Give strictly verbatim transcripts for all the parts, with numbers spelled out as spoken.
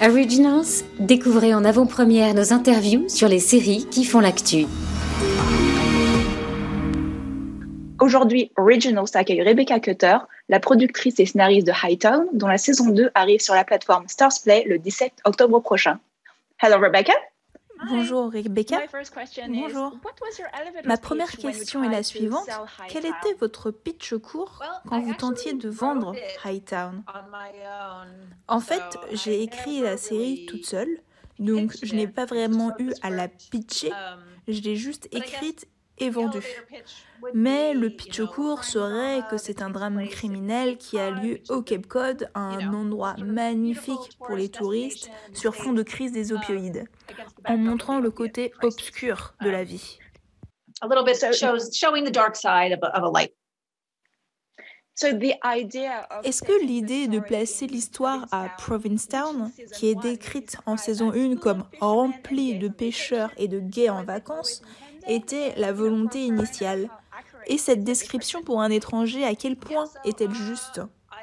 Originals, découvrez en avant-première nos interviews sur les séries qui font l'actu. Aujourd'hui, Originals accueille Rebecca Cutter, la productrice et scénariste de Hightown, dont la saison deux arrive sur la plateforme Starzplay le dix-sept octobre prochain. Hello Rebecca. Bonjour Rebecca. Bonjour. Ma première question est la suivante. Quel était votre pitch court quand vous tentiez de vendre Hightown? En fait, j'ai écrit la série toute seule, donc je n'ai pas vraiment eu à la pitcher, je l'ai juste écrite et vendue. Mais le pitch court serait que c'est un drame criminel qui a lieu au Cape Cod, un endroit magnifique pour les touristes, sur fond de crise des opioïdes, en montrant le côté obscur de la vie. Est-ce que l'idée de placer l'histoire à Provincetown, qui est décrite en saison un comme remplie de pêcheurs et de gays en vacances, était la volonté initiale? Et cette description pour un étranger, à quel point est-elle juste?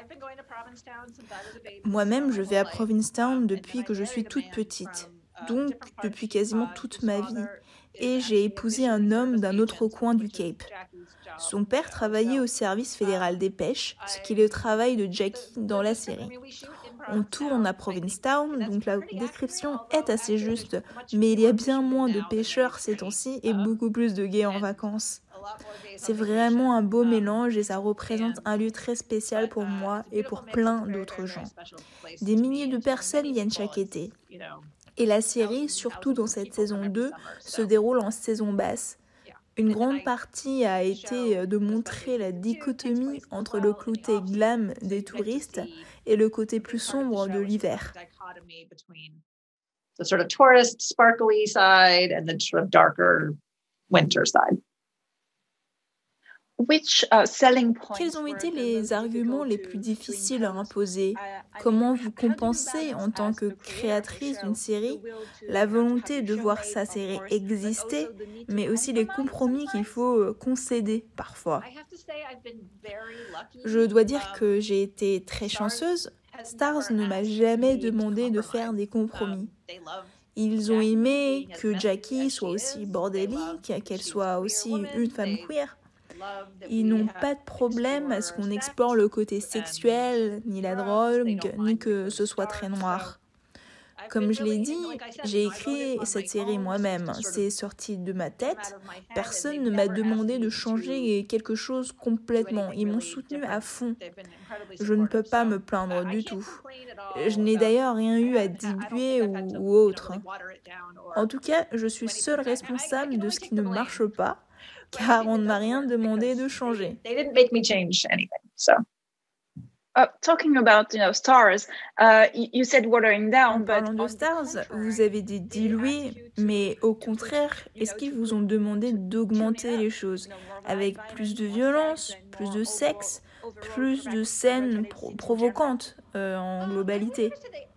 Moi-même, je vais à Provincetown depuis que je suis toute petite, donc depuis quasiment toute ma vie, et j'ai épousé un homme d'un autre coin du Cape. Son père travaillait au service fédéral des pêches, ce qui est le travail de Jackie dans la série. On tourne à Provincetown, donc la description est assez juste, mais il y a bien moins de pêcheurs ces temps-ci et beaucoup plus de gays en vacances. C'est vraiment un beau mélange et ça représente un lieu très spécial pour moi et pour plein d'autres gens. Des milliers de personnes viennent chaque été. Et la série, surtout dans cette saison deux, se déroule en saison basse. Une grande partie a été de montrer la dichotomie entre le côté glam des touristes et le côté plus sombre de l'hiver. The sort of tourist, sparkly side and the sort of darker winter side. Which, uh, selling points Quels ont été les arguments les plus difficiles à imposer? Comment vous compensez, en tant que créatrice d'une série, la volonté de voir sa série exister, mais aussi les compromis qu'il faut concéder parfois? Je dois dire que j'ai été très chanceuse. Starz ne m'a jamais demandé de faire des compromis. Ils ont aimé que Jackie soit aussi bordélique, qu'elle soit aussi une femme queer. Ils n'ont pas de problème à ce qu'on explore le côté sexuel, ni la drogue, ni que ce soit très noir. Comme je l'ai dit, j'ai écrit cette série moi-même. C'est sorti de ma tête. Personne ne m'a demandé de changer quelque chose complètement. Ils m'ont soutenu à fond. Je ne peux pas me plaindre du tout. Je n'ai d'ailleurs rien eu à diluer ou, ou autre. En tout cas, je suis seule responsable de ce qui ne marche pas, car on ne m'a rien demandé de changer. They didn't make me change anything, so. Uh, talking about, you know, Starz, uh, you said watering down. En parlant de Starz, vous avez dit diluer, mais au contraire, est-ce qu'ils vous ont demandé d'augmenter les choses, avec plus de violence, plus de sexe, plus de scènes pro- provocantes euh, en globalité?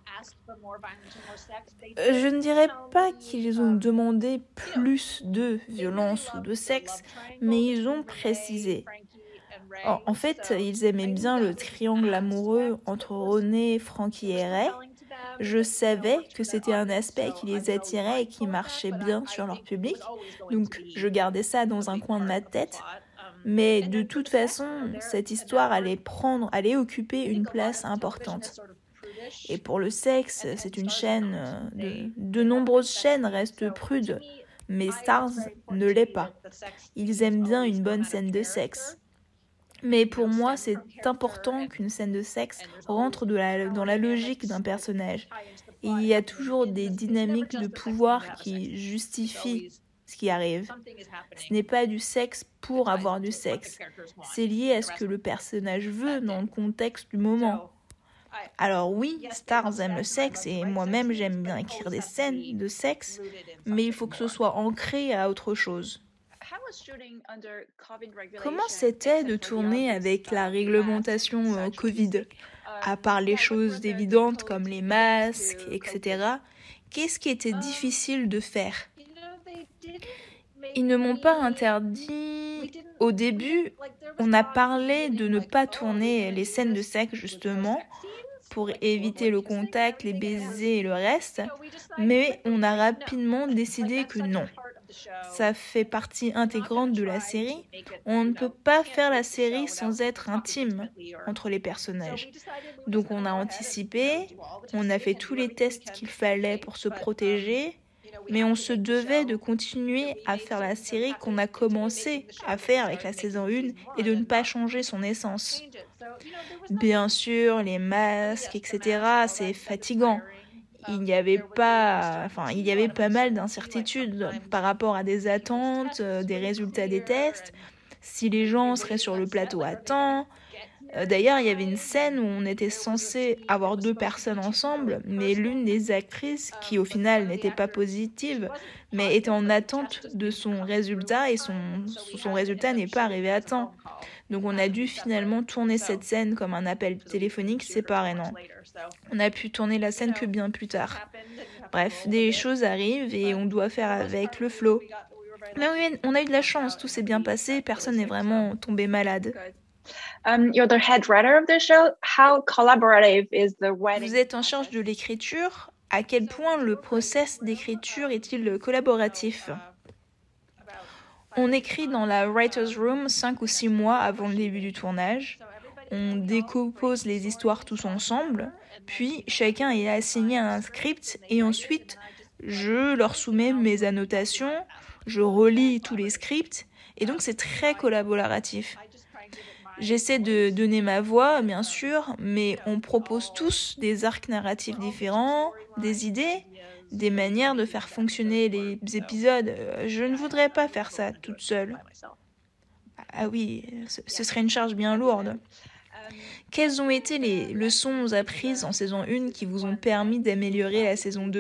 Je ne dirais pas qu'ils ont demandé plus de violence ou de sexe, mais ils ont précisé. En, en fait, ils aimaient bien le triangle amoureux entre Ronnie, Frankie et Ray. Je savais que c'était un aspect qui les attirait et qui marchait bien sur leur public, donc je gardais ça dans un coin de ma tête. Mais de toute façon, cette histoire allait prendre, allait occuper une place importante. Et pour le sexe, c'est une chaîne, de, de nombreuses chaînes restent prudes, mais Starz ne l'est pas. Ils aiment bien une bonne scène de sexe. Mais pour moi, c'est important qu'une scène de sexe rentre de la, dans la logique d'un personnage. Et il y a toujours des dynamiques de pouvoir qui justifient ce qui arrive. Ce n'est pas du sexe pour avoir du sexe. C'est lié à ce que le personnage veut dans le contexte du moment. Alors oui, Starz aime le sexe et moi-même j'aime bien écrire des scènes de sexe, mais il faut que ce soit ancré à autre chose. Comment c'était de tourner avec la réglementation euh, Covid? À part les choses évidentes comme les masques, et cetera, qu'est-ce qui était difficile de faire? Ils ne m'ont pas interdit. Au début, on a parlé de ne pas tourner les scènes de sexe justement pour éviter le contact, les baisers et le reste, mais on a rapidement décidé que non. Ça fait partie intégrante de la série. On ne peut pas faire la série sans être intime entre les personnages. Donc on a anticipé, on a fait tous les tests qu'il fallait pour se protéger, mais on se devait de continuer à faire la série qu'on a commencé à faire avec la saison un et de ne pas changer son essence. Bien sûr, les masques, et cetera, c'est fatigant. Il y avait pas, enfin, il y avait pas mal d'incertitudes par rapport à des attentes, euh, des résultats des tests, si les gens seraient sur le plateau à temps. Euh, d'ailleurs, il y avait une scène où on était censé avoir deux personnes ensemble, mais l'une des actrices, qui au final n'était pas positive, mais était en attente de son résultat et son, son résultat n'est pas arrivé à temps. Donc on a dû finalement tourner cette scène comme un appel téléphonique séparément. On a pu tourner la scène que bien plus tard. Bref, des choses arrivent et on doit faire avec le flow. Là, on a eu de la chance, tout s'est bien passé, personne n'est vraiment tombé malade. Um, you're the head writer of the show. How collaborative is the writing? Vous êtes en charge de l'écriture. À quel point le process d'écriture est-il collaboratif ? On écrit dans la writer's room cinq ou six mois avant le début du tournage. On décompose les histoires tous ensemble, puis chacun est assigné à un script et ensuite je leur soumets mes annotations, je relis tous les scripts et donc c'est très collaboratif. J'essaie de donner ma voix, bien sûr, mais on propose tous des arcs narratifs différents, des idées, des manières de faire fonctionner les épisodes. Je ne voudrais pas faire ça toute seule. Ah oui, ce serait une charge bien lourde. Quelles ont été les leçons apprises en saison un qui vous ont permis d'améliorer la saison deux ?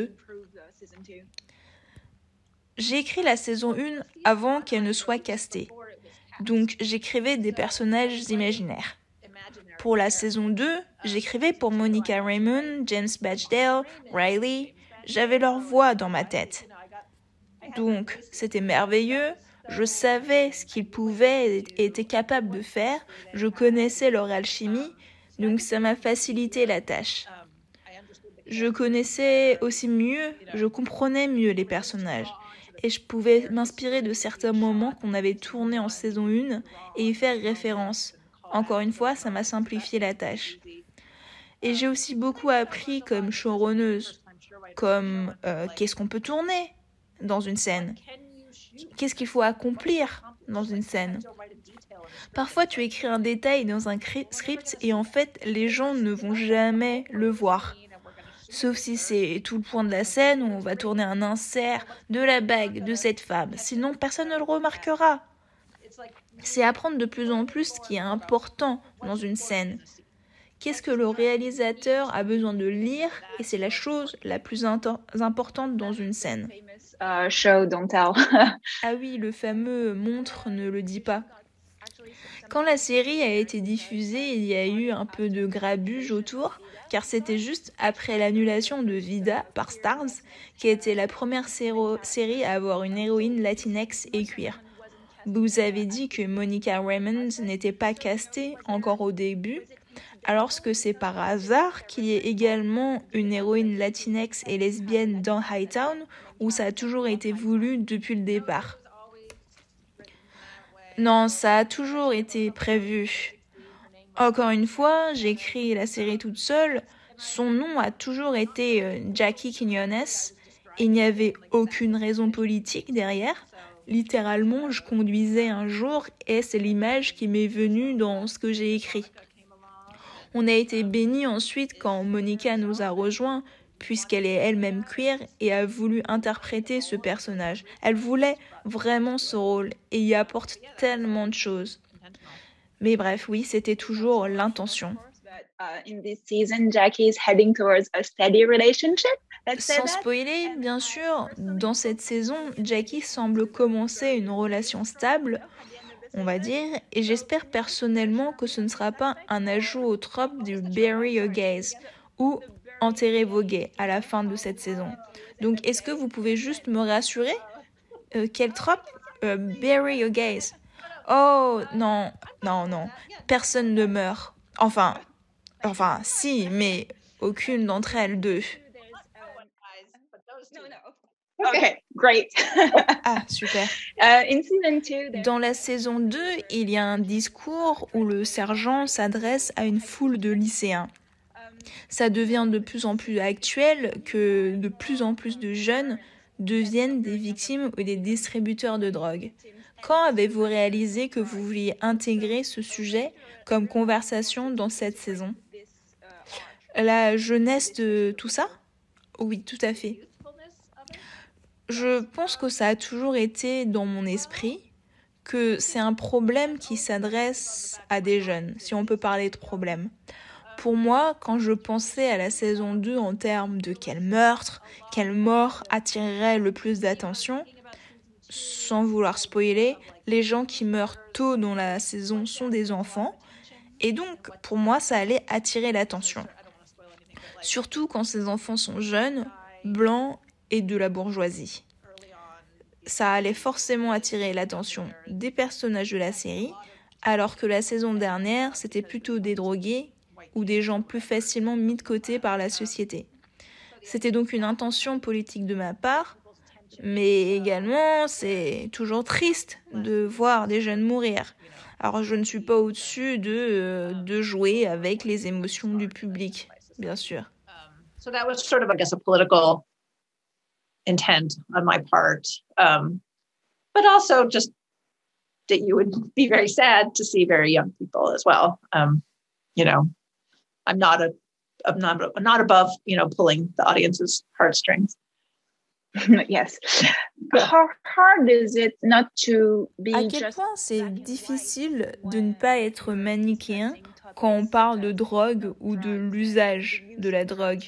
J'ai écrit la saison un avant qu'elle ne soit castée. Donc j'écrivais des personnages imaginaires. Pour la saison deux, j'écrivais pour Monica Raymond, James Badgedale, Riley. J'avais leur voix dans ma tête. Donc c'était merveilleux. Je savais ce qu'ils pouvaient et étaient capables de faire. Je connaissais leur alchimie. Donc ça m'a facilité la tâche. Je connaissais aussi mieux, je comprenais mieux les personnages. Et je pouvais m'inspirer de certains moments qu'on avait tournés en saison un et y faire référence. Encore une fois, ça m'a simplifié la tâche. Et j'ai aussi beaucoup appris comme showrunneuse, comme euh, qu'est-ce qu'on peut tourner dans une scène, qu'est-ce qu'il faut accomplir dans une scène. Parfois, tu écris un détail dans un script et en fait, les gens ne vont jamais le voir. Sauf si c'est tout le point de la scène où on va tourner un insert de la bague de cette femme. Sinon, personne ne le remarquera. C'est apprendre de plus en plus ce qui est important dans une scène. Qu'est-ce que le réalisateur a besoin de lire et c'est la chose la plus into- importante dans une scène. Uh, show, don't tell. Ah oui, le fameux « montre ne le dit pas ». Quand la série a été diffusée, il y a eu un peu de grabuge autour, car c'était juste après l'annulation de Vida par Starz, qui était la première séro- série à avoir une héroïne latinex et queer. Vous avez dit que Monica Raymond n'était pas castée encore au début, alors que c'est par hasard qu'il y ait également une héroïne latinex et lesbienne dans Hightown, où ça a toujours été voulu depuis le départ. Non, ça a toujours été prévu. Encore une fois, j'ai écrit la série toute seule. Son nom a toujours été euh, Jackie Quiñones. Il n'y avait aucune raison politique derrière. Littéralement, je conduisais un jour et c'est l'image qui m'est venue dans ce que j'ai écrit. On a été bénis ensuite quand Monica nous a rejoints, puisqu'elle est elle-même queer et a voulu interpréter ce personnage. Elle voulait vraiment ce rôle et y apporte tellement de choses. Mais bref, oui, c'était toujours l'intention. Sans spoiler, bien sûr, dans cette saison, Jackie semble commencer une relation stable, on va dire, et j'espère personnellement que ce ne sera pas un ajout au trope du bury your gays ou enterrer vos gays à la fin de cette saison. Donc, est-ce que vous pouvez juste me rassurer ? euh, Quel trope ? euh, Bury your gays. Oh, non, non, non. Personne ne meurt. Enfin, enfin, si, mais aucune d'entre elles deux. Okay, great. Ah, super. Uh, in season two, there- Dans la saison deux, il y a un discours où le sergent s'adresse à une foule de lycéens. Ça devient de plus en plus actuel que de plus en plus de jeunes deviennent des victimes ou des distributeurs de drogue. Quand avez-vous réalisé que vous vouliez intégrer ce sujet comme conversation dans cette saison? La jeunesse de tout ça? Oui, tout à fait. Je pense que ça a toujours été dans mon esprit, que c'est un problème qui s'adresse à des jeunes, si on peut parler de problème. Pour moi, quand je pensais à la saison deux en termes de quel meurtre, quelle mort attirerait le plus d'attention, sans vouloir spoiler, les gens qui meurent tôt dans la saison sont des enfants, et donc pour moi ça allait attirer l'attention. Surtout quand ces enfants sont jeunes, blancs et de la bourgeoisie. Ça allait forcément attirer l'attention des personnages de la série, alors que la saison dernière c'était plutôt des drogués ou des gens plus facilement mis de côté par la société. C'était donc une intention politique de ma part, mais également c'est toujours triste de voir des jeunes mourir. Alors je ne suis pas au-dessus de, de jouer avec les émotions du public, bien sûr. So that was sort of, I guess, a political intent on my part, um, but also just that you would be very sad to see very young people as well. Um, you know, I'm not a, I'm not, I'm not above, you know, pulling the audience's heartstrings. Yes. How hard is it not to be À quel just... point c'est difficile de ne pas être manichéen quand on parle de drogue ou de l'usage de la drogue.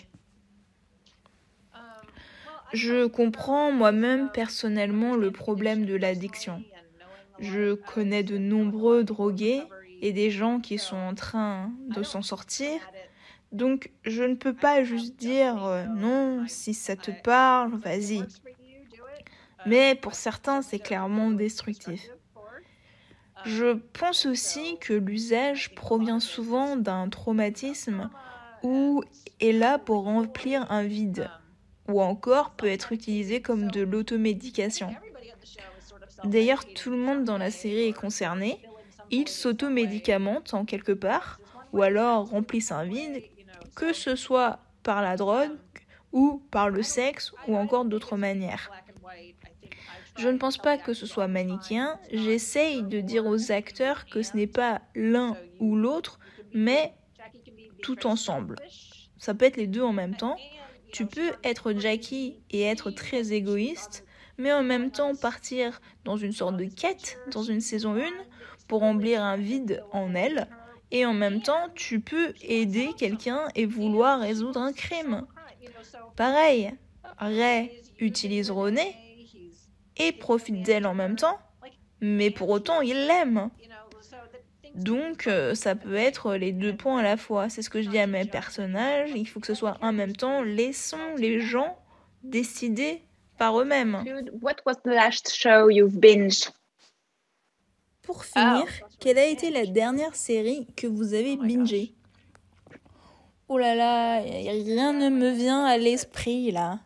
Je comprends moi-même personnellement le problème de l'addiction. Je connais de nombreux drogués et des gens qui sont en train de s'en sortir. Donc, je ne peux pas juste dire euh, non, si ça te parle, vas-y. Mais pour certains, c'est clairement destructif. Je pense aussi que l'usage provient souvent d'un traumatisme ou est là pour remplir un vide, ou encore peut être utilisé comme de l'automédication. D'ailleurs, tout le monde dans la série est concerné. Ils s'automédicamentent en quelque part, ou alors remplissent un vide, que ce soit par la drogue, ou par le sexe, ou encore d'autres manières. Je ne pense pas que ce soit manichéen, j'essaye de dire aux acteurs que ce n'est pas l'un ou l'autre, mais tout ensemble. Ça peut être les deux en même temps. Tu peux être Jackie et être très égoïste, mais en même temps partir dans une sorte de quête dans une saison un pour remplir un vide en elle, et en même temps tu peux aider quelqu'un et vouloir résoudre un crime. Pareil, Ray utilise Renée et profite d'elle en même temps, mais pour autant il l'aime. Donc euh, ça peut être les deux points à la fois. C'est ce que je dis à mes personnages, il faut que ce soit en même temps. Laissons les gens décider par eux-mêmes. What was the last show you've binged? Pour finir, quelle a été la dernière série que vous avez bingée? Oh là là, rien ne me vient à l'esprit là.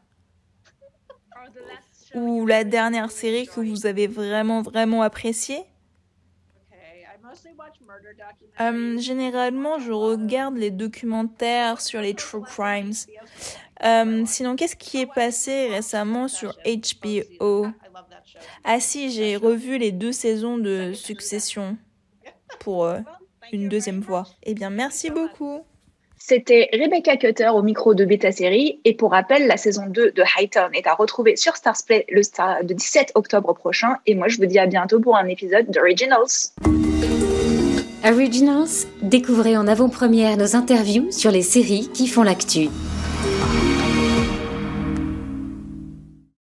Ou la dernière série que vous avez vraiment vraiment appréciée? Euh, généralement, je regarde les documentaires sur les true crimes. Euh, sinon, qu'est-ce qui est passé récemment sur H B O? Ah si, j'ai revu les deux saisons de Succession pour euh, une deuxième fois. Eh bien, merci beaucoup. C'était Rebecca Cutter au micro de Beta Série. Et pour rappel, la saison deux de Hightown est à retrouver sur Starzplay le star de dix-sept octobre prochain. Et moi, je vous dis à bientôt pour un épisode d'Originals. Originals, découvrez en avant-première nos interviews sur les séries qui font l'actu.